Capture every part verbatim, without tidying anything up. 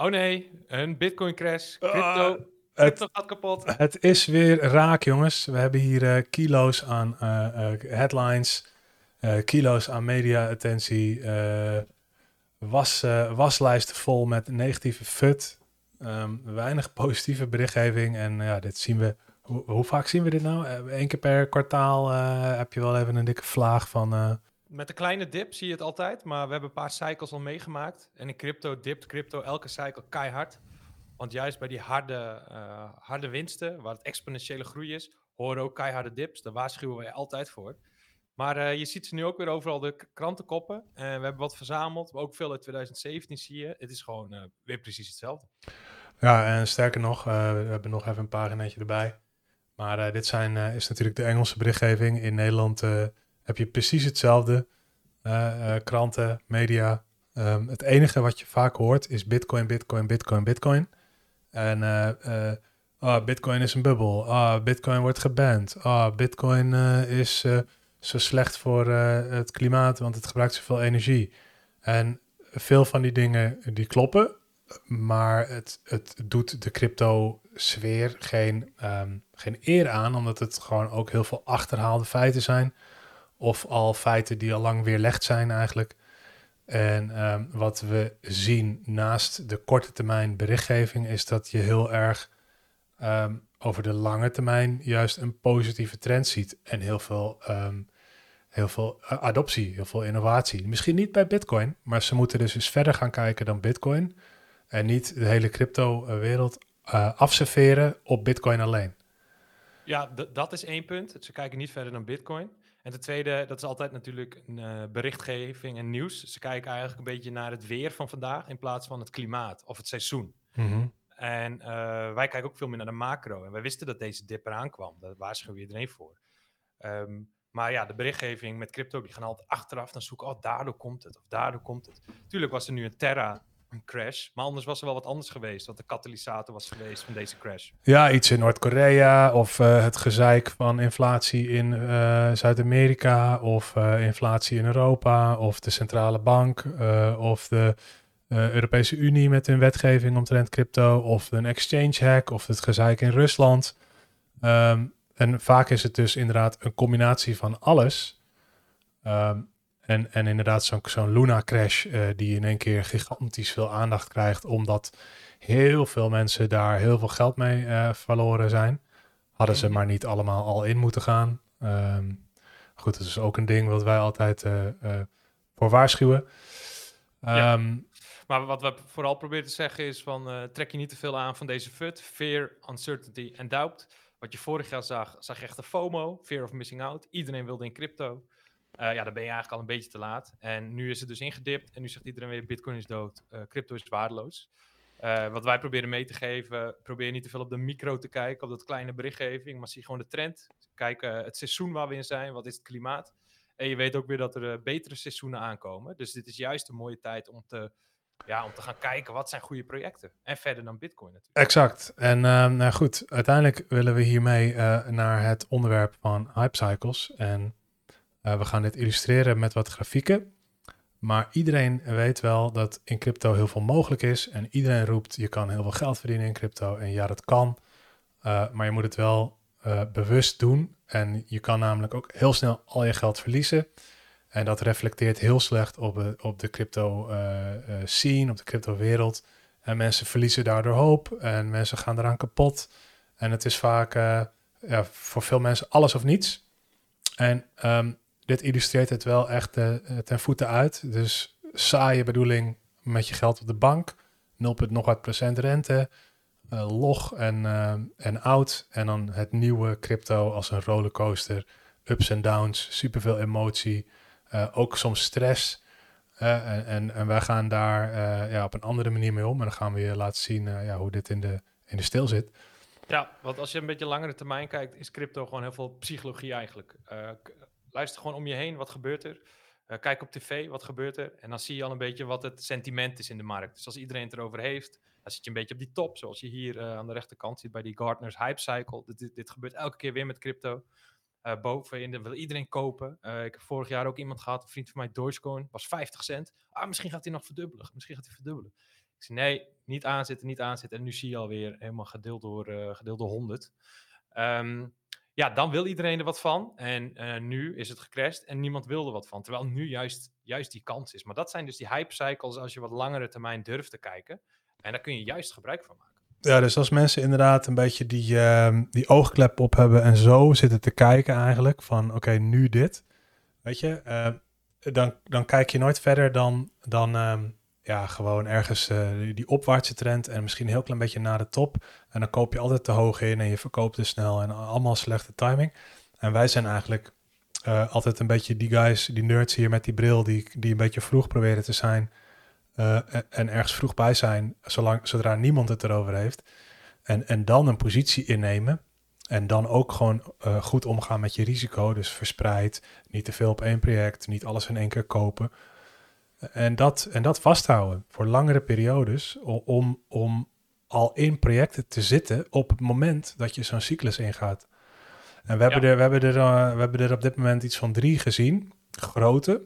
Oh nee, een Bitcoin crash. Ah, Crypto, crypto het, gaat kapot. het is weer raak, jongens. We hebben hier eh, kilo's aan eh, eh, headlines, eh, kilo's aan media-attentie, eh, was, eh, waslijsten vol met negatieve fut, ehm, weinig positieve berichtgeving. En ja, dit zien we. Hoe, hoe vaak zien we dit nou? Eén keer per kwartaal eh, heb je wel even een dikke vlaag van. eh, Met een kleine dip zie je het altijd, maar we hebben een paar cycles al meegemaakt. En in crypto dipt crypto elke cycle keihard. Want juist bij die harde, uh, harde winsten, waar het exponentiële groei is, horen ook keiharde dips. Daar waarschuwen wij altijd voor. Maar uh, je ziet ze nu ook weer overal de k- krantenkoppen. Uh, we hebben wat verzameld, ook veel uit twintig zeventien zie je. Het is gewoon uh, weer precies hetzelfde. Ja, en sterker nog, uh, we hebben nog even een paginaatje erbij. Maar uh, dit zijn, uh, is natuurlijk de Engelse berichtgeving. In Nederland uh, heb je precies hetzelfde. Uh, uh, kranten, media. Um, het enige wat je vaak hoort is Bitcoin, Bitcoin, Bitcoin, Bitcoin. En uh, uh, oh, Bitcoin is een bubbel. Oh, Bitcoin wordt geband. Oh, Bitcoin uh, is uh, zo slecht voor uh, het klimaat, want het gebruikt zoveel energie. En veel van die dingen die kloppen, maar het, het doet de crypto-sfeer geen, um, geen eer aan, omdat het gewoon ook heel veel achterhaalde feiten zijn. Of al feiten die al lang weerlegd zijn eigenlijk. En um, wat we zien naast de korte termijn berichtgeving is dat je heel erg um, over de lange termijn juist een positieve trend ziet. En heel veel, um, heel veel uh, adoptie, heel veel innovatie. Misschien niet bij Bitcoin, maar ze moeten dus eens verder gaan kijken dan Bitcoin. En niet de hele crypto-wereld uh, afserveren op Bitcoin alleen. Ja, d- dat is één punt. Ze kijken niet verder dan Bitcoin. En ten tweede, dat is altijd natuurlijk een uh, berichtgeving en nieuws. Ze kijken eigenlijk een beetje naar het weer van vandaag in plaats van het klimaat of het seizoen. Mm-hmm. En uh, wij kijken ook veel meer naar de macro. En wij wisten dat deze dip eraan kwam. Daar waarschuwen we iedereen voor. Um, maar ja, de berichtgeving met crypto, die gaan altijd achteraf dan zoeken. Oh, daardoor komt het. Of daardoor komt het. Tuurlijk was er nu een Terra een crash. Maar anders was er wel wat anders geweest. Wat de katalysator was geweest van deze crash. Ja, iets in Noord-Korea of uh, het gezeik van inflatie in uh, Zuid-Amerika of uh, inflatie in Europa of de centrale bank uh, of de uh, Europese Unie met hun wetgeving omtrent crypto of een exchange hack of het gezeik in Rusland. Um, en vaak is het dus inderdaad een combinatie van alles. Um, en, en inderdaad zo'n zo'n Luna-crash uh, die in één keer gigantisch veel aandacht krijgt, omdat heel veel mensen daar heel veel geld mee uh, verloren zijn. Hadden ze Mm-hmm. maar niet allemaal al in moeten gaan. Um, goed, dat is ook een ding wat wij altijd uh, uh, voor waarschuwen. Um, ja. Maar wat we vooral proberen te zeggen is van uh, trek je niet te veel aan van deze F U D. Fear, uncertainty en doubt. Wat je vorig jaar zag, zag je echt een FOMO, fear of missing out. Iedereen wilde in crypto. Uh, ja, dan ben je eigenlijk al een beetje te laat. En nu is het dus ingedipt en nu zegt iedereen weer Bitcoin is dood, uh, crypto is waardeloos. Uh, wat wij proberen mee te geven, probeer niet te veel op de micro te kijken, op dat kleine berichtgeving, maar zie gewoon de trend. Kijk uh, het seizoen waar we in zijn, wat is het klimaat. En je weet ook weer dat er uh, betere seizoenen aankomen. Dus dit is juist een mooie tijd om te, ja, om te gaan kijken wat zijn goede projecten. En verder dan Bitcoin natuurlijk. Exact. En uh, nou goed, uiteindelijk willen we hiermee uh, naar het onderwerp van hype cycles. En uh, we gaan dit illustreren met wat grafieken. Maar iedereen weet wel dat in crypto heel veel mogelijk is. En iedereen roept, je kan heel veel geld verdienen in crypto. En ja, dat kan. Uh, maar je moet het wel uh, bewust doen. En je kan namelijk ook heel snel al je geld verliezen. En dat reflecteert heel slecht op, uh, op de crypto uh, uh, scene, op de crypto wereld. En mensen verliezen daardoor hoop. En mensen gaan eraan kapot. En het is vaak uh, ja, voor veel mensen alles of niets. En um, dit illustreert het wel echt uh, ten voeten uit. Dus saaie bedoeling met je geld op de bank. nul komma nog wat procent rente. Uh, log en, uh, en oud. En dan het nieuwe crypto als een rollercoaster. Ups en downs, superveel emotie. Uh, ook soms stress. Uh, en, en, en wij gaan daar uh, ja, op een andere manier mee om. En dan gaan we je laten zien uh, ja, hoe dit in de, in de stil zit. Ja, want als je een beetje langere termijn kijkt, is crypto gewoon heel veel psychologie eigenlijk. Uh, k- luister gewoon om je heen, wat gebeurt er? Uh, kijk op tv, wat gebeurt er? En dan zie je al een beetje wat het sentiment is in de markt. Dus als iedereen het erover heeft, dan zit je een beetje op die top. Zoals je hier uh, aan de rechterkant ziet bij die Gartner's Hype Cycle. Dit, dit, dit gebeurt elke keer weer met crypto. Uh, bovenin de, wil iedereen kopen. Uh, ik heb vorig jaar ook iemand gehad, een vriend van mij, Dogecoin, was vijftig cent. Ah, misschien gaat hij nog verdubbelen. Misschien gaat hij verdubbelen. Ik zei, nee, niet aanzitten, niet aanzitten. En nu zie je alweer helemaal gedeeld door, uh, gedeeld door honderd. Um, ja, dan wil iedereen er wat van. En uh, nu is het gecrashed en niemand wil er wat van. Terwijl nu juist, juist die kans is. Maar dat zijn dus die hype cycles als je wat langere termijn durft te kijken. En daar kun je juist gebruik van maken. Ja, dus als mensen inderdaad een beetje die, uh, die oogklep op hebben en zo zitten te kijken eigenlijk. Van oké, okay, nu dit. Weet je, uh, dan, dan kijk je nooit verder dan, dan um, ja, gewoon ergens uh, die, die opwaartse trend. En misschien een heel klein beetje naar de top. En dan koop je altijd te hoog in en je verkoopt te snel. En allemaal slechte timing. En wij zijn eigenlijk uh, altijd een beetje die guys, die nerds hier met die bril. Die, die een beetje vroeg proberen te zijn. Uh, en ergens vroeg bij zijn, zolang, zodra niemand het erover heeft. En, en dan een positie innemen. En dan ook gewoon uh, goed omgaan met je risico. Dus verspreid, niet te veel op één project, niet alles in één keer kopen. En dat, en dat vasthouden voor langere periodes. Om, om al in projecten te zitten op het moment dat je zo'n cyclus ingaat. En we hebben, ja. er, we, hebben er, uh, we hebben er op dit moment iets van drie gezien. Grote,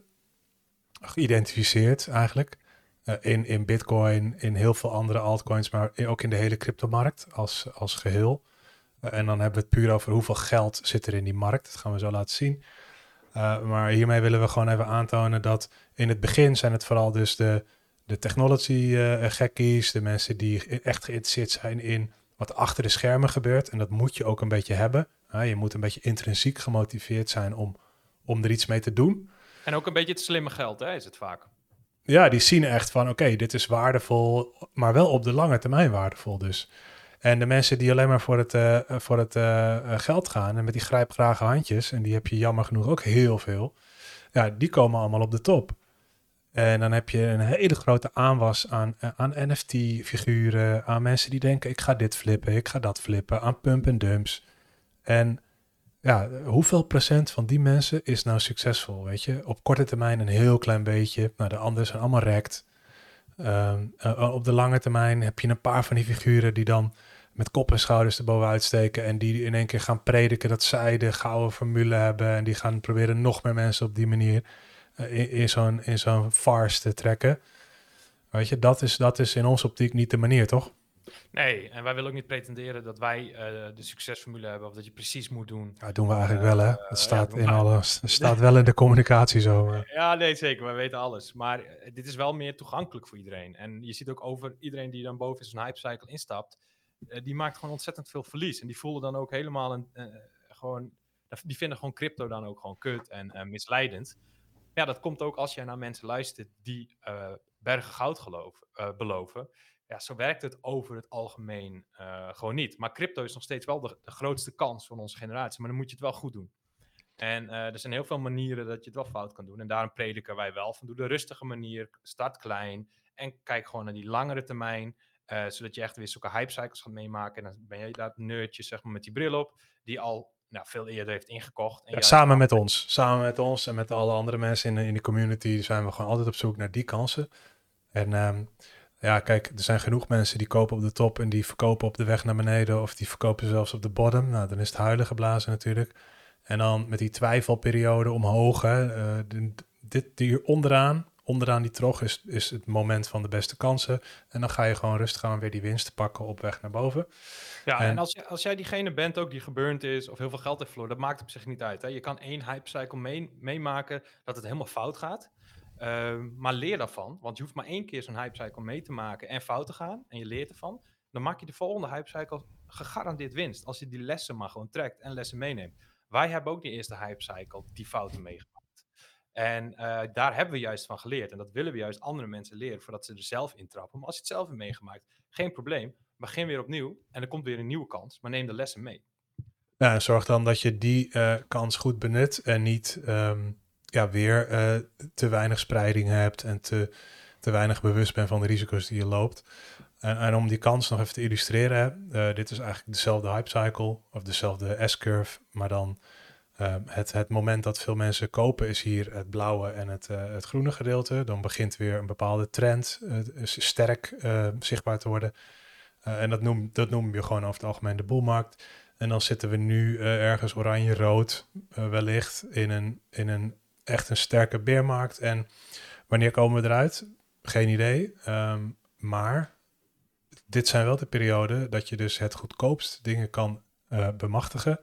geïdentificeerd eigenlijk. Uh, in, in Bitcoin, in heel veel andere altcoins, maar ook in de hele cryptomarkt als, als geheel. Uh, en dan hebben we het puur over hoeveel geld zit er in die markt. Dat gaan we zo laten zien. Uh, maar hiermee willen we gewoon even aantonen dat in het begin zijn het vooral dus de, de technology uh, gekkies, de mensen die echt geïnteresseerd zijn in wat achter de schermen gebeurt. En dat moet je ook een beetje hebben. Uh, je moet een beetje intrinsiek gemotiveerd zijn om, om er iets mee te doen. En ook een beetje het slimme geld, hè, is het vaak. Ja, die zien echt van, oké, okay, dit is waardevol, maar wel op de lange termijn waardevol dus. En de mensen die alleen maar voor het, uh, voor het uh, geld gaan en met die grijpgrage handjes, en die heb je jammer genoeg ook heel veel, ja, die komen allemaal op de top. En dan heb je een hele grote aanwas aan, uh, aan N F T-figuren, aan mensen die denken, ik ga dit flippen, ik ga dat flippen, aan pump en dumps. En ja, hoeveel procent van die mensen is nou succesvol, weet je? Op korte termijn een heel klein beetje. Nou, de anderen zijn allemaal wrecked. Um, uh, op de lange termijn heb je een paar van die figuren die dan met kop en schouders erbovenuit steken en die in één keer gaan prediken dat zij de gouden formule hebben en die gaan proberen nog meer mensen op die manier uh, in, in, zo'n, in zo'n farce te trekken. Weet je, dat is, dat is in onze optiek niet de manier, toch? Nee, en wij willen ook niet pretenderen dat wij uh, de succesformule hebben of dat je precies moet doen. Ja, dat doen we eigenlijk uh, wel, hè? Het staat, ja, in alles, het staat wel in de communicatie zo. Maar. Ja, nee, zeker. Wij weten alles. Maar uh, dit is wel meer toegankelijk voor iedereen. En je ziet ook over iedereen die dan boven in zo'n hypecycle instapt, uh, die maakt gewoon ontzettend veel verlies. En die voelen dan ook helemaal een, uh, gewoon, die vinden gewoon crypto dan ook gewoon kut en uh, misleidend. Ja, dat komt ook als je naar mensen luistert die uh, bergen goud geloven, uh, beloven. Ja, zo werkt het over het algemeen uh, gewoon niet. Maar crypto is nog steeds wel de, de grootste kans van onze generatie. Maar dan moet je het wel goed doen. En uh, er zijn heel veel manieren dat je het wel fout kan doen. En daarom prediken wij wel van doe de rustige manier. Start klein. En kijk gewoon naar die langere termijn. Uh, zodat je echt weer zulke hypecycles gaat meemaken. En dan ben je dat nerdje zeg maar, met die bril op. Die al nou, veel eerder heeft ingekocht. En ja, samen al... met ons. Samen met ons en met alle andere mensen in de, in de community zijn we gewoon altijd op zoek naar die kansen. En... Um, Ja, kijk, er zijn genoeg mensen die kopen op de top en die verkopen op de weg naar beneden of die verkopen zelfs op de bottom. Nou, dan is het huilen geblazen natuurlijk. En dan met die twijfelperiode omhoog, hè, uh, dit hier onderaan, onderaan die trog is, is het moment van de beste kansen. En dan ga je gewoon rustig aan weer die winst pakken op weg naar boven. Ja, en, en als, als jij diegene bent ook die geburnt is of heel veel geld heeft verloren, dat maakt op zich niet uit. Hè? Je kan één hypecycle mee, meemaken dat het helemaal fout gaat. Uh, maar leer daarvan, want je hoeft maar één keer zo'n hypecycle mee te maken en fout te gaan en je leert ervan, dan maak je de volgende hypecycle gegarandeerd winst als je die lessen maar gewoon trekt en lessen meeneemt. Wij hebben ook die eerste hypecycle die fouten meegemaakt. En uh, daar hebben we juist van geleerd en dat willen we juist andere mensen leren voordat ze er zelf intrappen. Maar als je het zelf hebt meegemaakt, geen probleem, begin weer opnieuw en er komt weer een nieuwe kans, maar neem de lessen mee. Ja, en zorg dan dat je die uh, kans goed benut en niet... Um... ja, weer uh, te weinig spreiding hebt en te, te weinig bewust bent van de risico's die je loopt. En, en om die kans nog even te illustreren, uh, dit is eigenlijk dezelfde hypecycle of dezelfde S-curve, maar dan uh, het, het moment dat veel mensen kopen is hier het blauwe en het, uh, het groene gedeelte. Dan begint weer een bepaalde trend uh, sterk uh, zichtbaar te worden. Uh, en dat noem, dat noemen we gewoon over het algemeen de boelmarkt. En dan zitten we nu uh, ergens oranje-rood uh, wellicht in een, in een echt een sterke beermarkt. En wanneer komen we eruit? Geen idee. Um, maar dit zijn wel de perioden dat je dus het goedkoopst dingen kan uh, bemachtigen.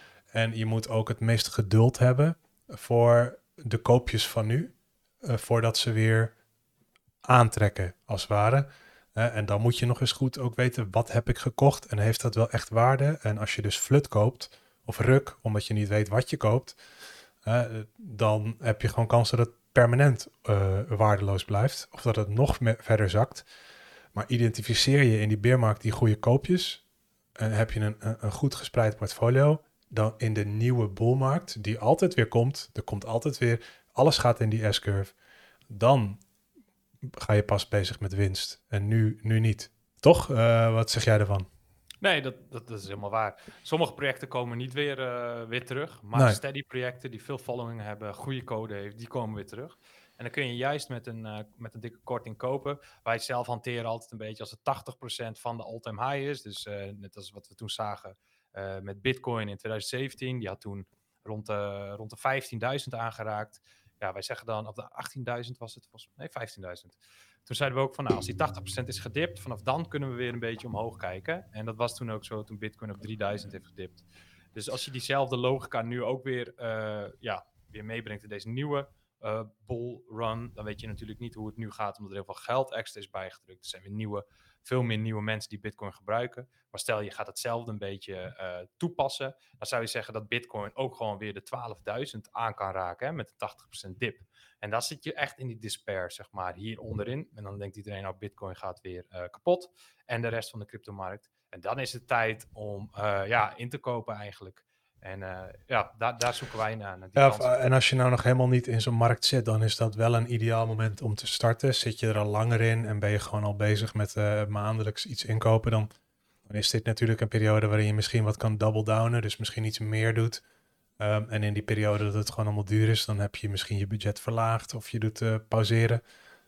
En je moet ook het meeste geduld hebben voor de koopjes van nu, uh, voordat ze weer aantrekken, als het ware. Uh, en dan moet je nog eens goed ook weten, wat heb ik gekocht en heeft dat wel echt waarde? En als je dus flut koopt, of ruk, omdat je niet weet wat je koopt, uh, dan heb je gewoon kans dat het permanent uh, waardeloos blijft, of dat het nog me- verder zakt. Maar identificeer je in die beermarkt die goede koopjes en heb je een, een, een goed gespreid portfolio, dan in de nieuwe bullmarkt, die altijd weer komt, er komt altijd weer, alles gaat in die S-curve, dan ga je pas bezig met winst. En nu, nu niet. Toch? Uh, wat zeg jij ervan? Nee, dat, dat, dat is helemaal waar. Sommige projecten komen niet weer, uh, weer terug, maar Nee. steady projecten die veel following hebben, goede code heeft, die komen weer terug. En dan kun je juist met een, uh, met een dikke korting kopen. Wij zelf hanteren altijd een beetje als het tachtig procent van de all-time high is. Dus uh, net als wat we toen zagen uh, met Bitcoin in twintig zeventien. Die had toen rond de, rond de vijftienduizend aangeraakt. Ja, wij zeggen dan, of de achttienduizend was het, was, nee vijftienduizend. Toen zeiden we ook van, nou, als die tachtig procent is gedipt, vanaf dan kunnen we weer een beetje omhoog kijken. En dat was toen ook zo, toen Bitcoin op drieduizend heeft gedipt. Dus als je diezelfde logica nu ook weer, uh, ja, weer meebrengt in deze nieuwe uh, bull run, dan weet je natuurlijk niet hoe het nu gaat, omdat er heel veel geld extra is bijgedrukt. Er zijn weer nieuwe, veel meer nieuwe mensen die Bitcoin gebruiken. Maar stel je gaat hetzelfde een beetje uh, toepassen, dan zou je zeggen dat Bitcoin ook gewoon weer de twaalfduizend aan kan raken, hè, met een tachtig procent dip. En dan zit je echt in die despair, zeg maar, hier onderin. En dan denkt iedereen, nou, Bitcoin gaat weer uh, kapot. En de rest van de cryptomarkt. En dan is het tijd om uh, ja, in te kopen eigenlijk. En uh, ja, daar, daar zoeken wij naar. naar die ja, en als je nou nog helemaal niet in zo'n markt zit, dan is dat wel een ideaal moment om te starten. Zit je er al langer in en ben je gewoon al bezig met uh, maandelijks iets inkopen, dan, dan is dit natuurlijk een periode waarin je misschien wat kan double downen. Dus misschien iets meer doet. Um, en in die periode dat het gewoon allemaal duur is, dan heb je misschien je budget verlaagd of je doet uh, pauzeren.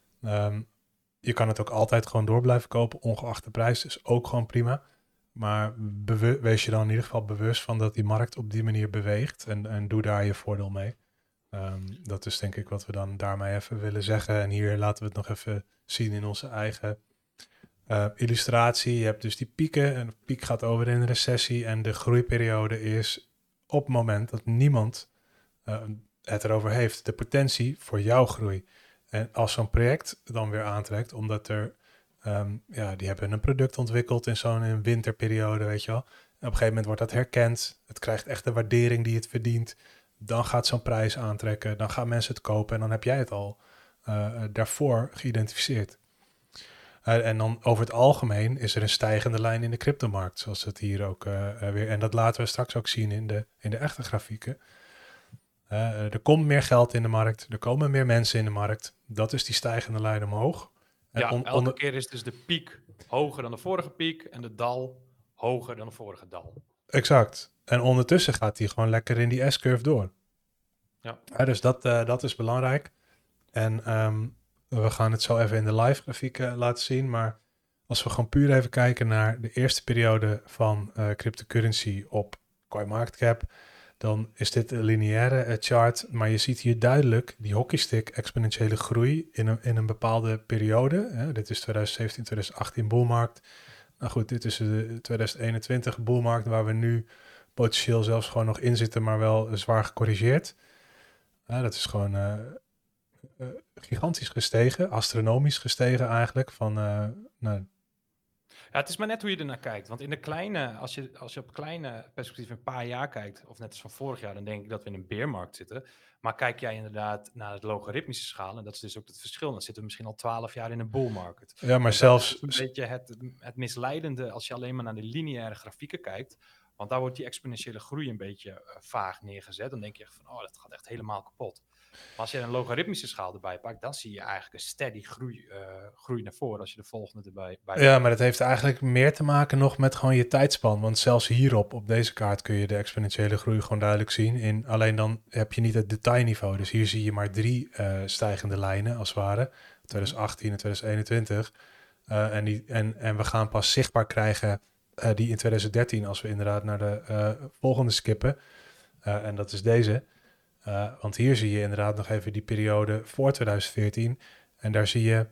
Um, je kan het ook altijd gewoon door blijven kopen, ongeacht de prijs. Is ook gewoon prima. Maar bewe- wees je dan in ieder geval bewust van dat die markt op die manier beweegt. En, en doe daar je voordeel mee. Um, dat is denk ik wat we dan daarmee even willen zeggen. En hier laten we het nog even zien in onze eigen uh, illustratie. Je hebt dus die pieken. En de piek gaat over in een recessie. En de groeiperiode is op het moment dat niemand uh, het erover heeft. De potentie voor jouw groei. En als zo'n project dan weer aantrekt, omdat er, um, ja, die hebben een product ontwikkeld in zo'n in winterperiode, weet je wel. En op een gegeven moment wordt dat herkend. Het krijgt echt de waardering die het verdient. Dan gaat zo'n prijs aantrekken. Dan gaan mensen het kopen en dan heb jij het al uh, daarvoor geïdentificeerd. Uh, en dan over het algemeen is er een stijgende lijn in de cryptomarkt, zoals het hier ook uh, uh, weer. En dat laten we straks ook zien in de, in de echte grafieken. Uh, er komt meer geld in de markt, er komen meer mensen in de markt. Dat is die stijgende lijn omhoog. En ja, on, elke onder... keer is dus de piek hoger dan de vorige piek en de dal hoger dan de vorige dal. Exact. En ondertussen gaat hij gewoon lekker in die S-curve door. Ja. Ja, dus dat, uh, dat is belangrijk. En um, we gaan het zo even in de live grafiek uh, laten zien. Maar als we gewoon puur even kijken naar de eerste periode van uh, cryptocurrency op CoinMarketCap, dan is dit een lineaire uh, chart. Maar je ziet hier duidelijk die hockeystick exponentiële groei in een, in een bepaalde periode. Hè? Dit is twintig zeventien, twintig achttien boelmarkt. Nou goed, dit is de twintig eenentwintig boelmarkt waar we nu potentieel zelfs gewoon nog in zitten, maar wel uh, zwaar gecorrigeerd. Uh, dat is gewoon uh, uh, gigantisch gestegen, astronomisch gestegen eigenlijk. Van, uh, nou, Ja, het is maar net hoe je ernaar kijkt. Want in de kleine, als je, als je op kleine perspectief een paar jaar kijkt, of net als van vorig jaar, dan denk ik dat we in een beermarkt zitten. Maar kijk jij inderdaad naar het logaritmische schaal, en dat is dus ook het verschil, dan zitten we misschien al twaalf jaar in een bull market. ja, maar en zelfs... dat is een beetje het, het misleidende als je alleen maar naar de lineaire grafieken kijkt. Want daar wordt die exponentiële groei een beetje uh, vaag neergezet. Dan denk je echt van, oh, dat gaat echt helemaal kapot. Maar als je een logaritmische schaal erbij pakt, dan zie je eigenlijk een steady groei, uh, groei naar voren als je de volgende erbij bij Ja, maar dat heeft eigenlijk meer te maken nog met gewoon je tijdspan. Want zelfs hierop, op deze kaart, kun je de exponentiële groei gewoon duidelijk zien. In, alleen dan heb je niet het detailniveau. Dus hier zie je maar drie uh, stijgende lijnen, als het ware. twintig achttien en twintig eenentwintig. Uh, en, die, en, en we gaan pas zichtbaar krijgen uh, die in twintig dertien, als we inderdaad naar de uh, volgende skippen. Uh, en dat is deze. Uh, want hier zie je inderdaad nog even die periode voor twintig veertien. En daar zie je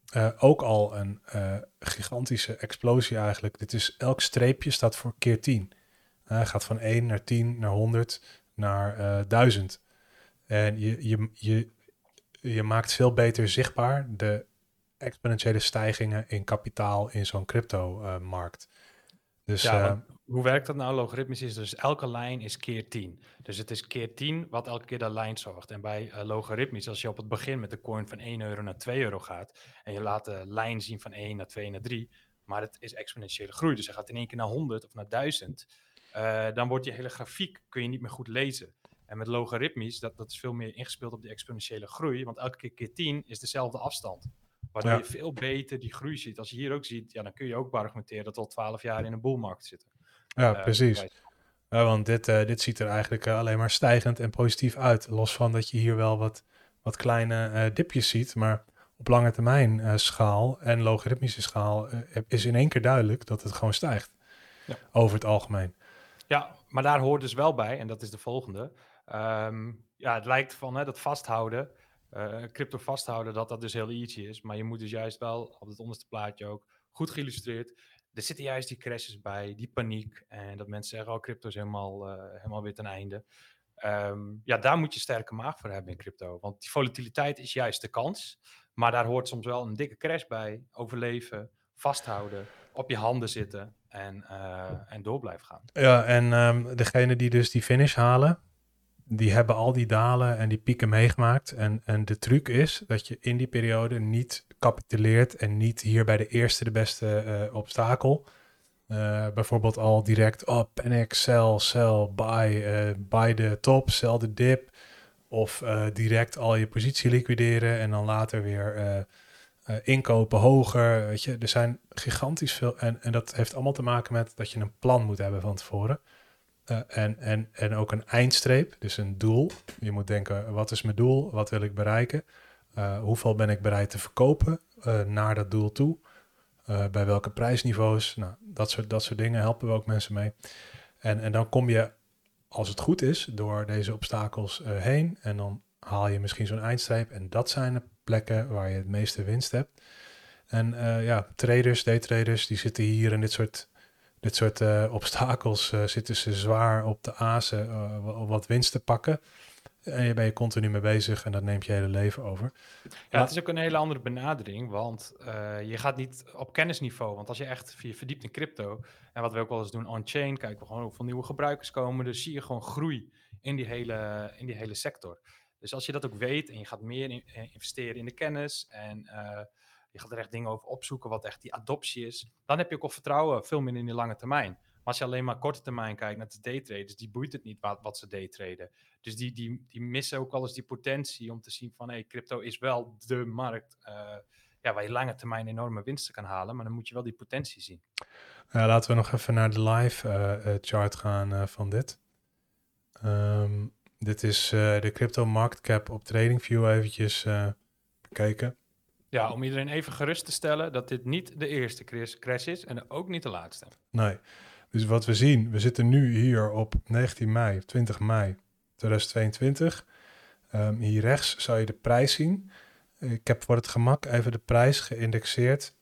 uh, ook al een uh, gigantische explosie eigenlijk. Dit is, elk streepje staat voor keer tien. Hij uh, gaat van één naar tien, naar honderd, naar uh, duizend. En je, je, je, je maakt veel beter zichtbaar de exponentiële stijgingen in kapitaal in zo'n crypto-markt. Uh, dus, ja, uh, want hoe werkt dat nou? Logaritmisch is dus elke lijn is keer tien. Dus het is keer tien wat elke keer de lijn zorgt. En bij uh, logaritmisch, als je op het begin met de coin van één euro naar twee euro gaat... en je laat de lijn zien van één naar twee naar drie... maar het is exponentiële groei. Dus hij gaat in één keer naar honderd of naar duizend... Uh, dan wordt die hele grafiek kun je niet meer goed lezen. En met logaritmisch, dat, dat is veel meer ingespeeld op die exponentiële groei... want elke keer keer tien is dezelfde afstand... Waardoor ja. je veel beter die groei ziet. Als je hier ook ziet, ja, dan kun je ook argumenteren dat we al twaalf jaar in een boelmarkt zitten. Ja, uh, precies. Ja, want dit, uh, dit ziet er eigenlijk uh, alleen maar stijgend en positief uit. Los van dat je hier wel wat, wat kleine uh, dipjes ziet. Maar op lange termijn uh, schaal en logaritmische schaal uh, is in één keer duidelijk dat het gewoon stijgt. Ja. Over het algemeen. Ja, maar daar hoort dus wel bij, en dat is de volgende. Um, ja, het lijkt van hè, dat vasthouden... Uh, crypto vasthouden, dat dat dus heel easy is. Maar je moet dus juist wel, op het onderste plaatje ook, goed geïllustreerd. Er zitten juist die crashes bij, die paniek. En dat mensen zeggen, oh, crypto is helemaal, uh, helemaal weer ten einde. Um, ja, daar moet je sterke maag voor hebben in crypto. Want die volatiliteit is juist de kans. Maar daar hoort soms wel een dikke crash bij. Overleven, vasthouden, op je handen zitten en, uh, en door blijven gaan. Ja, en um, degene die dus die finish halen, die hebben al die dalen en die pieken meegemaakt. En, en de truc is dat je in die periode niet capituleert en niet hier bij de eerste de beste uh, obstakel. Uh, bijvoorbeeld al direct, oh, panic, sell, sell, buy, uh, buy de top, sell de dip. Of uh, direct al je positie liquideren en dan later weer uh, uh, inkopen hoger. Weet je, er zijn gigantisch veel. En, en dat heeft allemaal te maken met dat je een plan moet hebben van tevoren. Uh, en, en, en ook een eindstreep, dus een doel. Je moet denken, wat is mijn doel? Wat wil ik bereiken? Uh, hoeveel ben ik bereid te verkopen uh, naar dat doel toe? Uh, bij welke prijsniveaus? Nou, dat soort, dat soort dingen helpen we ook mensen mee. En, en dan kom je, als het goed is, door deze obstakels uh, heen. En dan haal je misschien zo'n eindstreep. En dat zijn de plekken waar je het meeste winst hebt. En uh, ja, traders, daytraders, die zitten hier in dit soort... Dit soort uh, obstakels uh, zitten ze zwaar op de azen uh, wat winst te pakken. En je bent je continu mee bezig en dat neemt je hele leven over. Ja, maar het is ook een hele andere benadering, want uh, je gaat niet op kennisniveau. Want als je echt je verdiept in crypto, en wat we ook wel eens doen on-chain, kijken we gewoon hoeveel nieuwe gebruikers komen. Dus zie je gewoon groei in die hele, in die hele sector. Dus als je dat ook weet en je gaat meer in, investeren in de kennis en... Uh, je gaat er echt dingen over opzoeken wat echt die adoptie is. Dan heb je ook al vertrouwen veel meer in die lange termijn. Maar als je alleen maar korte termijn kijkt naar de daytraders, die boeit het niet wat, wat ze daytraden. Dus die, die, die missen ook wel eens die potentie om te zien van, hé, hey, crypto is wel de markt uh, ja, waar je lange termijn enorme winsten kan halen. Maar dan moet je wel die potentie zien. Uh, laten we nog even naar de live uh, uh, chart gaan uh, van dit. Um, dit is uh, de crypto market cap op TradingView eventjes uh, bekijken. Ja, om iedereen even gerust te stellen dat dit niet de eerste crash is en ook niet de laatste. Nee, dus wat we zien, we zitten nu hier op negentien mei, twintig mei tweeduizend tweeëntwintig. Um, hier rechts zou je de prijs zien. Ik heb voor het gemak even de prijs geïndexeerd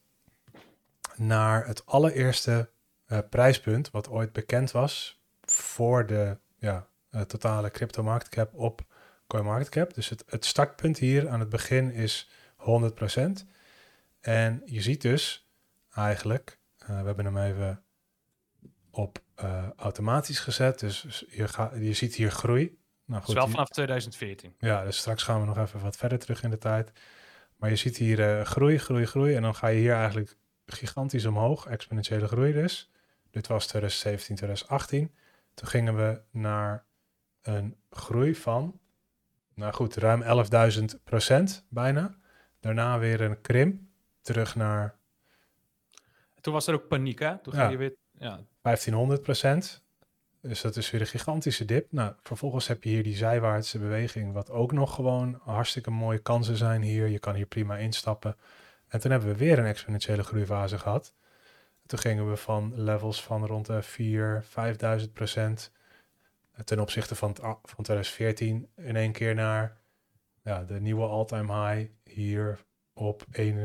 naar het allereerste uh, prijspunt wat ooit bekend was voor de ja, uh, totale crypto market cap op CoinMarketCap. Dus het, het startpunt hier aan het begin is honderd procent. En je ziet dus eigenlijk, uh, we hebben hem even op uh, automatisch gezet, dus je, ga, je ziet hier groei. Nou goed, dus wel vanaf twintig veertien. Ja, dus straks gaan we nog even wat verder terug in de tijd. Maar je ziet hier uh, groei, groei, groei. En dan ga je hier eigenlijk gigantisch omhoog, exponentiële groei dus. Dit was twintig zeventien, twintig achttien. Toen gingen we naar een groei van, nou goed, ruim elfduizend procent bijna. Daarna weer een krimp, terug naar... Toen was er ook paniek, hè? Toen ja. ging je weer... Ja. vijftienhonderd procent. Dus dat is weer een gigantische dip. Nou, vervolgens heb je hier die zijwaartse beweging, wat ook nog gewoon hartstikke mooie kansen zijn hier. Je kan hier prima instappen. En toen hebben we weer een exponentiële groeifase gehad. Toen gingen we van levels van rond de vier, vijfduizend procent ten opzichte van, het, van twintig veertien in één keer naar ja, de nieuwe all-time high hier op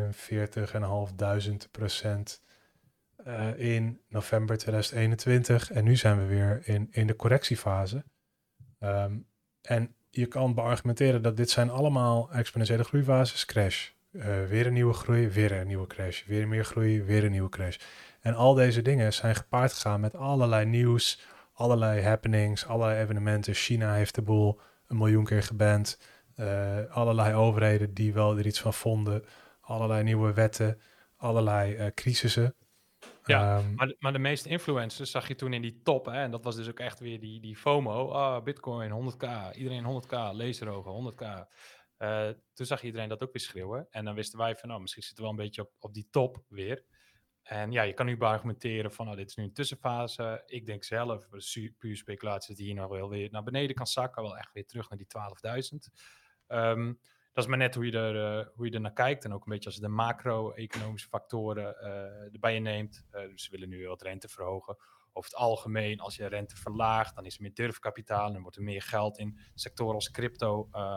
eenenveertigduizend vijfhonderd procent uh, in november tweeduizend eenentwintig. En nu zijn we weer in, in de correctiefase. Um, en je kan beargumenteren dat dit zijn allemaal exponentiële groeifases, crash. Uh, weer een nieuwe groei, weer een nieuwe crash. Weer meer groei, weer een nieuwe crash. En al deze dingen zijn gepaard gegaan met allerlei nieuws, allerlei happenings, allerlei evenementen. China heeft de boel een miljoen keer geband. Uh, allerlei overheden die wel er iets van vonden. Allerlei nieuwe wetten, allerlei uh, crisissen. Ja, Um, maar, de, maar de meeste influencers zag je toen in die top. Hè, en dat was dus ook echt weer die, die FOMO. Ah, Bitcoin, honderd k. Iedereen honderd k. Laserogen, honderd k. Uh, toen zag iedereen dat ook weer schreeuwen. En dan wisten wij van, nou, misschien zitten we wel een beetje op, op die top weer. En ja, je kan nu argumenteren van, nou, dit is nu een tussenfase. Ik denk zelf, puur speculatie, dat hij hier nog wel weer naar beneden kan zakken. Wel echt weer terug naar die twaalfduizend. Um, dat is maar net hoe je, er, uh, hoe je er naar kijkt. En ook een beetje als je de macro-economische factoren uh, erbij neemt. Uh, dus ze willen nu wat rente verhogen. Over het algemeen, als je rente verlaagt, dan is er meer durfkapitaal. En dan wordt er meer geld in sectoren als crypto uh,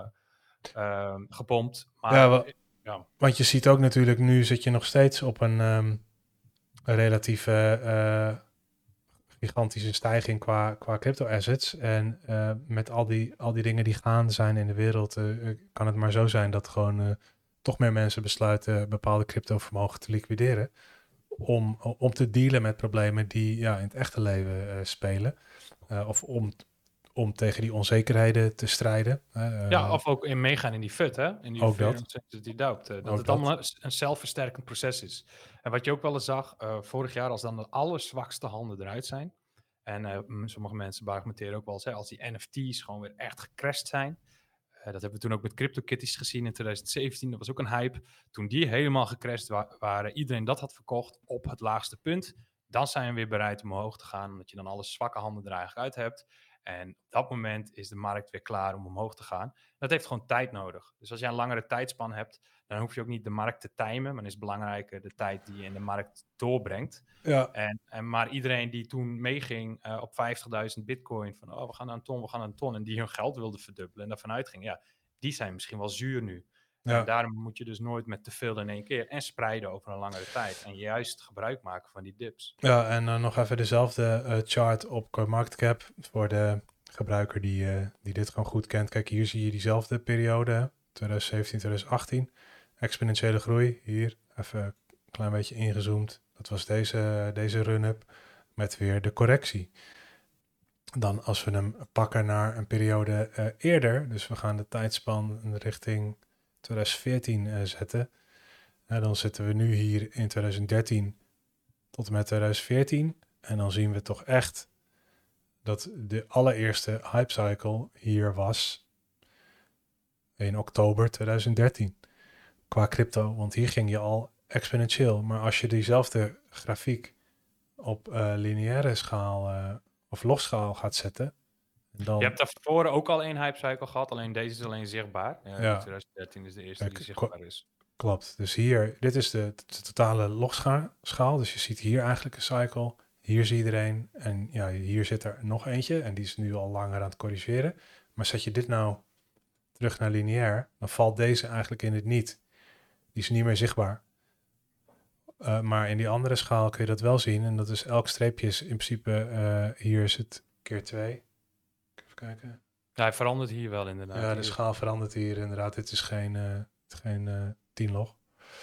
uh, gepompt. Maar, ja, wa- ja. Want je ziet ook natuurlijk, nu zit je nog steeds op een, um, een relatieve uh, gigantische stijging qua, qua crypto-assets. En uh, met al die, al die dingen die gaande zijn in de wereld, uh, kan het maar zo zijn dat gewoon uh, toch meer mensen besluiten bepaalde crypto-vermogen te liquideren. Om, om te dealen met problemen die ja, in het echte leven uh, spelen. Uh, of om, om tegen die onzekerheden te strijden. Uh, Ja, of ook in meegaan in die F U T, hè? In die ook dat. die doubt, uh, dat ook het dat. allemaal een zelfversterkend proces is. En wat je ook wel eens zag, uh, vorig jaar, als dan de allerzwakste handen eruit zijn. En uh, sommige mensen argumenteren ook wel eens, hè, als die N F T's gewoon weer echt gecrashed zijn. Uh, dat hebben we toen ook met CryptoKitties gezien in twintig zeventien. Dat was ook een hype. Toen die helemaal gecrashed wa- waren, iedereen dat had verkocht op het laagste punt. Dan zijn we weer bereid om omhoog te gaan, omdat je dan alle zwakke handen er eigenlijk uit hebt. En op dat moment is de markt weer klaar om omhoog te gaan. Dat heeft gewoon tijd nodig. Dus als je een langere tijdspan hebt, dan hoef je ook niet de markt te timen. Maar dan is het belangrijker de tijd die je in de markt doorbrengt. Ja. En, en maar iedereen die toen meeging uh, op vijftigduizend bitcoin, van oh, we gaan naar een ton, we gaan naar een ton, en die hun geld wilde verdubbelen en daarvan uitging, ja, die zijn misschien wel zuur nu. Ja. En daarom moet je dus nooit met te veel in één keer en spreiden over een langere tijd. En juist gebruik maken van die dips. Ja, en uh, nog even dezelfde uh, chart op CoinMarketCap voor de gebruiker die, uh, die dit gewoon goed kent. Kijk, hier zie je diezelfde periode, twintig zeventien, twintig achttien. Exponentiële groei, hier even een klein beetje ingezoomd. Dat was deze, deze run-up met weer de correctie. Dan als we hem pakken naar een periode uh, eerder, dus we gaan de tijdspan richting twintig veertien uh, zetten. Uh, dan zitten we nu hier in twintig dertien tot en met twintig veertien. En dan zien we toch echt dat de allereerste hypecycle hier was in oktober twintig dertien. Qua crypto, want hier ging je al exponentieel. Maar als je diezelfde grafiek op uh, lineaire schaal uh, of losschaal gaat zetten. Dan... Je hebt daarvoor ook al één hypecycle gehad, alleen deze is alleen zichtbaar. Ja, ja. twintig dertien is de eerste Kijk, die zichtbaar is. Klopt. Dus hier, dit is de, de totale losschaal. Dus je ziet hier eigenlijk een cycle. Hier zie je er een. En ja, hier zit er nog eentje. En die is nu al langer aan het corrigeren. Maar zet je dit nou terug naar lineair, dan valt deze eigenlijk in het niet. Die is niet meer zichtbaar. Uh, maar in die andere schaal kun je dat wel zien. En dat is elk streepje is in principe, uh, hier is het keer twee. Even kijken. Ja, hij verandert hier wel inderdaad. Ja, de schaal verandert hier inderdaad. Dit is geen, uh, geen uh, tien log.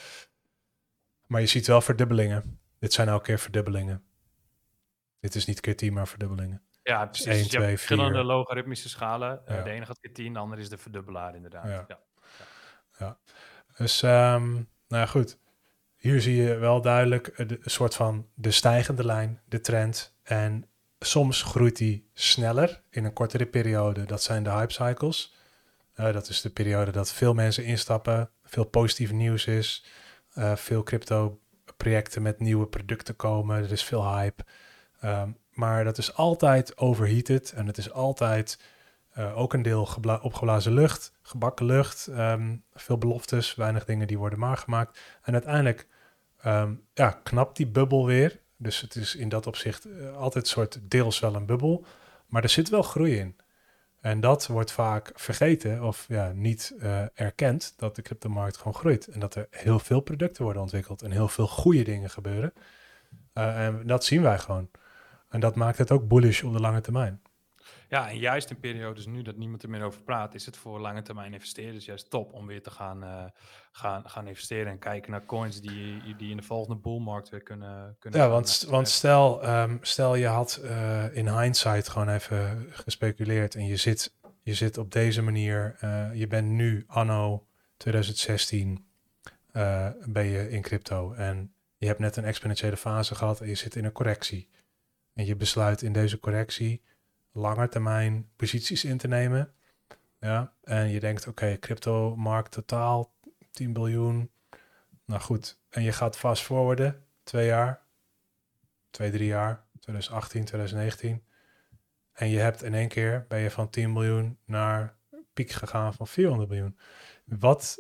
Maar je ziet wel verdubbelingen. Dit zijn elke keer verdubbelingen. Dit is niet keer tien, maar verdubbelingen. Ja, precies. één, Dus je twee, hebt verschillende vier. logaritmische schalen. Ja. Uh, de ene gaat keer tien, de andere is de verdubbelaar inderdaad. Ja. Ja. Ja. Ja. Dus, um, nou ja, goed. Hier zie je wel duidelijk een soort van de stijgende lijn, de trend. En soms groeit die sneller in een kortere periode. Dat zijn de hype cycles. Uh, dat is de periode dat veel mensen instappen, veel positief nieuws is, uh, veel crypto projecten met nieuwe producten komen. Er is veel hype. Um, maar dat is altijd overheated en het is altijd uh, ook een deel gebla- opgeblazen lucht, gebakken lucht, um, veel beloftes, weinig dingen die worden waargemaakt. En uiteindelijk um, ja, knapt die bubbel weer. Dus het is in dat opzicht uh, altijd een soort deels wel een bubbel, maar er zit wel groei in. En dat wordt vaak vergeten of ja, niet uh, erkend dat de cryptomarkt gewoon groeit. En dat er heel veel producten worden ontwikkeld en heel veel goede dingen gebeuren. Uh, en dat zien wij gewoon. En dat maakt het ook bullish op de lange termijn. Ja, en juist in periodes nu dat niemand er meer over praat, is het voor lange termijn investeerders juist top om weer te gaan, uh, gaan, gaan investeren en kijken naar coins die, die in de volgende bullmarkt weer kunnen, kunnen ja, gaan. Want, want stel, um, stel je had uh, in hindsight gewoon even gespeculeerd en je zit, je zit op deze manier, uh, je bent nu anno twintig zestien, uh, ben je in crypto en je hebt net een exponentiële fase gehad en je zit in een correctie. En je besluit in deze correctie langer termijn posities in te nemen. Ja, en je denkt, oké, okay, crypto-markt totaal tien biljoen. Nou goed, en je gaat fast forwarden, twee jaar, twee, drie jaar, twintig achttien, twintig negentien. En je hebt in één keer, ben je van tien miljoen naar piek gegaan van vierhonderd miljoen. Wat,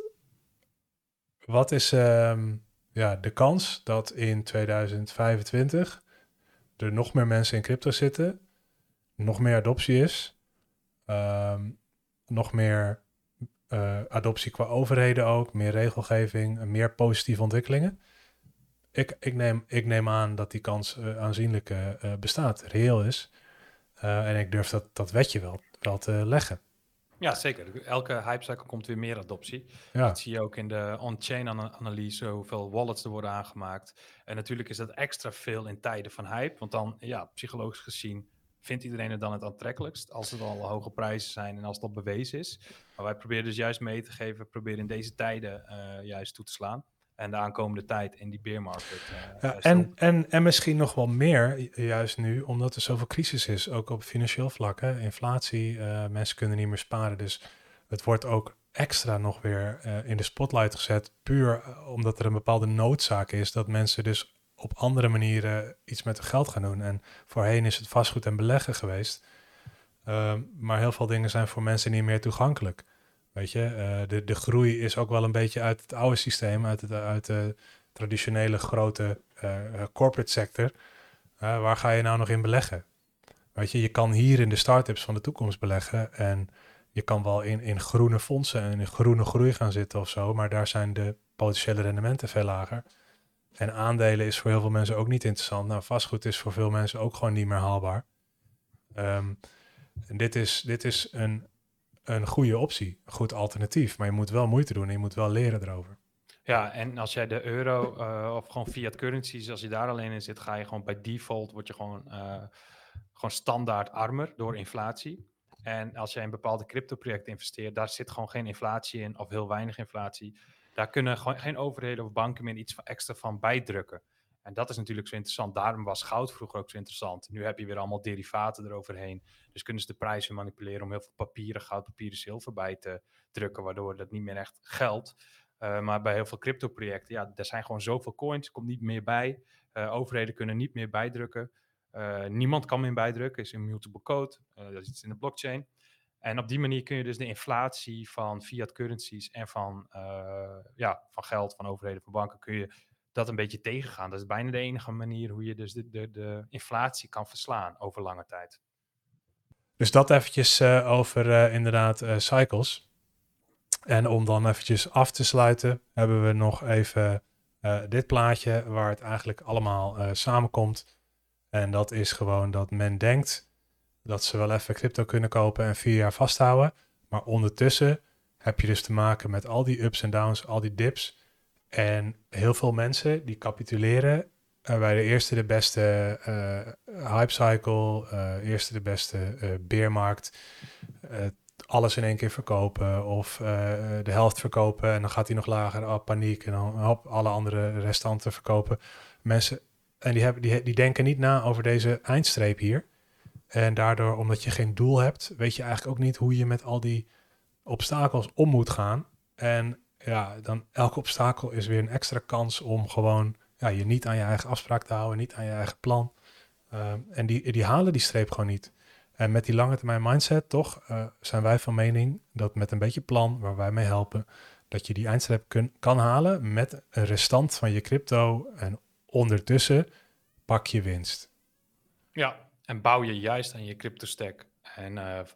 wat is um, ja, de kans dat in tweeduizend vijfentwintig er nog meer mensen in crypto zitten, nog meer adoptie is, um, nog meer uh, adoptie qua overheden ook, meer regelgeving, meer positieve ontwikkelingen? Ik, ik, neem, ik neem aan dat die kans uh, aanzienlijk uh, uh, bestaat, reëel is. Uh, en ik durf dat, dat wetje wel, wel te leggen. Ja, zeker. Elke hypecycle komt weer meer adoptie. Ja. Dat zie je ook in de on-chain analyse, hoeveel wallets er worden aangemaakt. En natuurlijk is dat extra veel in tijden van hype. Want dan, ja, psychologisch gezien vindt iedereen het dan het aantrekkelijkst. Als het al hoge prijzen zijn en als het al bewezen is. Maar wij proberen dus juist mee te geven, proberen in deze tijden uh, juist toe te slaan. En de aankomende tijd in die bear market. Uh, ja, en, en, en misschien nog wel meer, juist nu, omdat er zoveel crisis is, ook op financieel vlak. Hè? Inflatie, uh, mensen kunnen niet meer sparen. Dus het wordt ook extra nog weer uh, in de spotlight gezet. Puur uh, omdat er een bepaalde noodzaak is dat mensen dus op andere manieren iets met hun geld gaan doen. En voorheen is het vastgoed en beleggen geweest. Uh, maar heel veel dingen zijn voor mensen niet meer toegankelijk. Weet je, uh, de, de groei is ook wel een beetje uit het oude systeem, uit, het, uit de traditionele grote uh, corporate sector. Uh, waar ga je nou nog in beleggen? Weet je, je kan hier in de start-ups van de toekomst beleggen en je kan wel in, in groene fondsen en in groene groei gaan zitten of zo, maar daar zijn de potentiële rendementen veel lager. En aandelen is voor heel veel mensen ook niet interessant. Nou, vastgoed is voor veel mensen ook gewoon niet meer haalbaar. Um, en dit is, dit is een een goede optie, een goed alternatief. Maar je moet wel moeite doen en je moet wel leren erover. Ja, en als jij de euro uh, of gewoon fiat currencies, als je daar alleen in zit, ga je gewoon bij default, word je gewoon, uh, gewoon standaard armer door inflatie. En als jij in bepaalde crypto-projecten investeert, daar zit gewoon geen inflatie in of heel weinig inflatie. Daar kunnen gewoon geen overheden of banken meer iets extra van bijdrukken. En dat is natuurlijk zo interessant. Daarom was goud vroeger ook zo interessant. Nu heb je weer allemaal derivaten eroverheen. Dus kunnen ze de prijs weer manipuleren om heel veel papieren, goud, papieren, zilver bij te drukken, waardoor dat niet meer echt geldt. Uh, maar bij heel veel crypto-projecten, ja, er zijn gewoon zoveel coins, er komt niet meer bij. Uh, overheden kunnen niet meer bijdrukken. Uh, niemand kan meer bijdrukken, is immutable code. Uh, dat is iets in de blockchain. En op die manier kun je dus de inflatie van fiat currencies en van, uh, ja, van geld, van overheden, van banken, kun je dat een beetje tegengaan. Dat is bijna de enige manier hoe je dus de, de, de inflatie kan verslaan over lange tijd. Dus dat eventjes uh, over uh, inderdaad uh, cycles. En om dan eventjes af te sluiten, hebben we nog even uh, dit plaatje waar het eigenlijk allemaal uh, samenkomt. En dat is gewoon dat men denkt dat ze wel even crypto kunnen kopen en vier jaar vasthouden. Maar ondertussen heb je dus te maken met al die ups en downs, al die dips. En heel veel mensen die capituleren uh, bij de eerste de beste uh, hype cycle, uh, eerste de beste uh, beermarkt. Uh, alles in één keer verkopen of uh, de helft verkopen en dan gaat hij nog lager, oh, paniek en dan hop, alle andere restanten verkopen. Mensen, en die, hebben, die, die denken niet na over deze eindstreep hier. En daardoor, omdat je geen doel hebt, weet je eigenlijk ook niet hoe je met al die obstakels om moet gaan. En ja, dan elke obstakel is weer een extra kans om gewoon ja, je niet aan je eigen afspraak te houden, niet aan je eigen plan. Uh, en die, die halen die streep gewoon niet. En met die lange termijn mindset toch uh, zijn wij van mening dat met een beetje plan waar wij mee helpen, dat je die eindstreep kun, kan halen met een restant van je crypto en ondertussen pak je winst. Ja, en bouw je juist aan je crypto stack. En uh,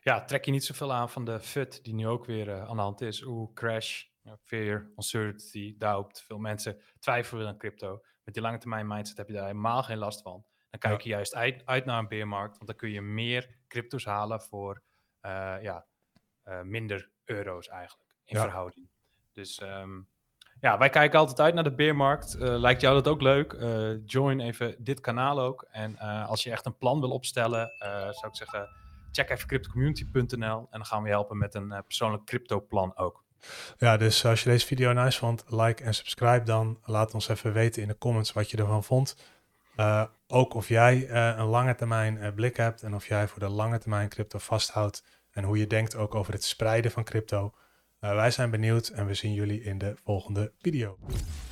Ja, trek je niet zoveel aan van de F U D die nu ook weer uh, aan de hand is. Oeh, crash, uh, fear, uncertainty, doubt. Veel mensen twijfelen aan crypto. Met die lange termijn mindset heb je daar helemaal geen last van. Dan kijk Ja. je juist uit, uit naar een beermarkt, want dan kun je meer crypto's halen voor uh, ja, uh, minder euro's eigenlijk in Ja. verhouding. Dus um, ja, wij kijken altijd uit naar de beermarkt. Uh, lijkt jou dat ook leuk? Uh, join even dit kanaal ook. En uh, als je echt een plan wil opstellen, uh, zou ik zeggen, check even cryptocommunity punt n l en dan gaan we je helpen met een uh, persoonlijk crypto-plan ook. Ja, dus als je deze video nice vond, like en subscribe dan. Laat ons even weten in de comments wat je ervan vond. Uh, ook of jij uh, een lange termijn uh, blik hebt en of jij voor de lange termijn crypto vasthoudt en hoe je denkt ook over het spreiden van crypto. Uh, wij zijn benieuwd en we zien jullie in de volgende video.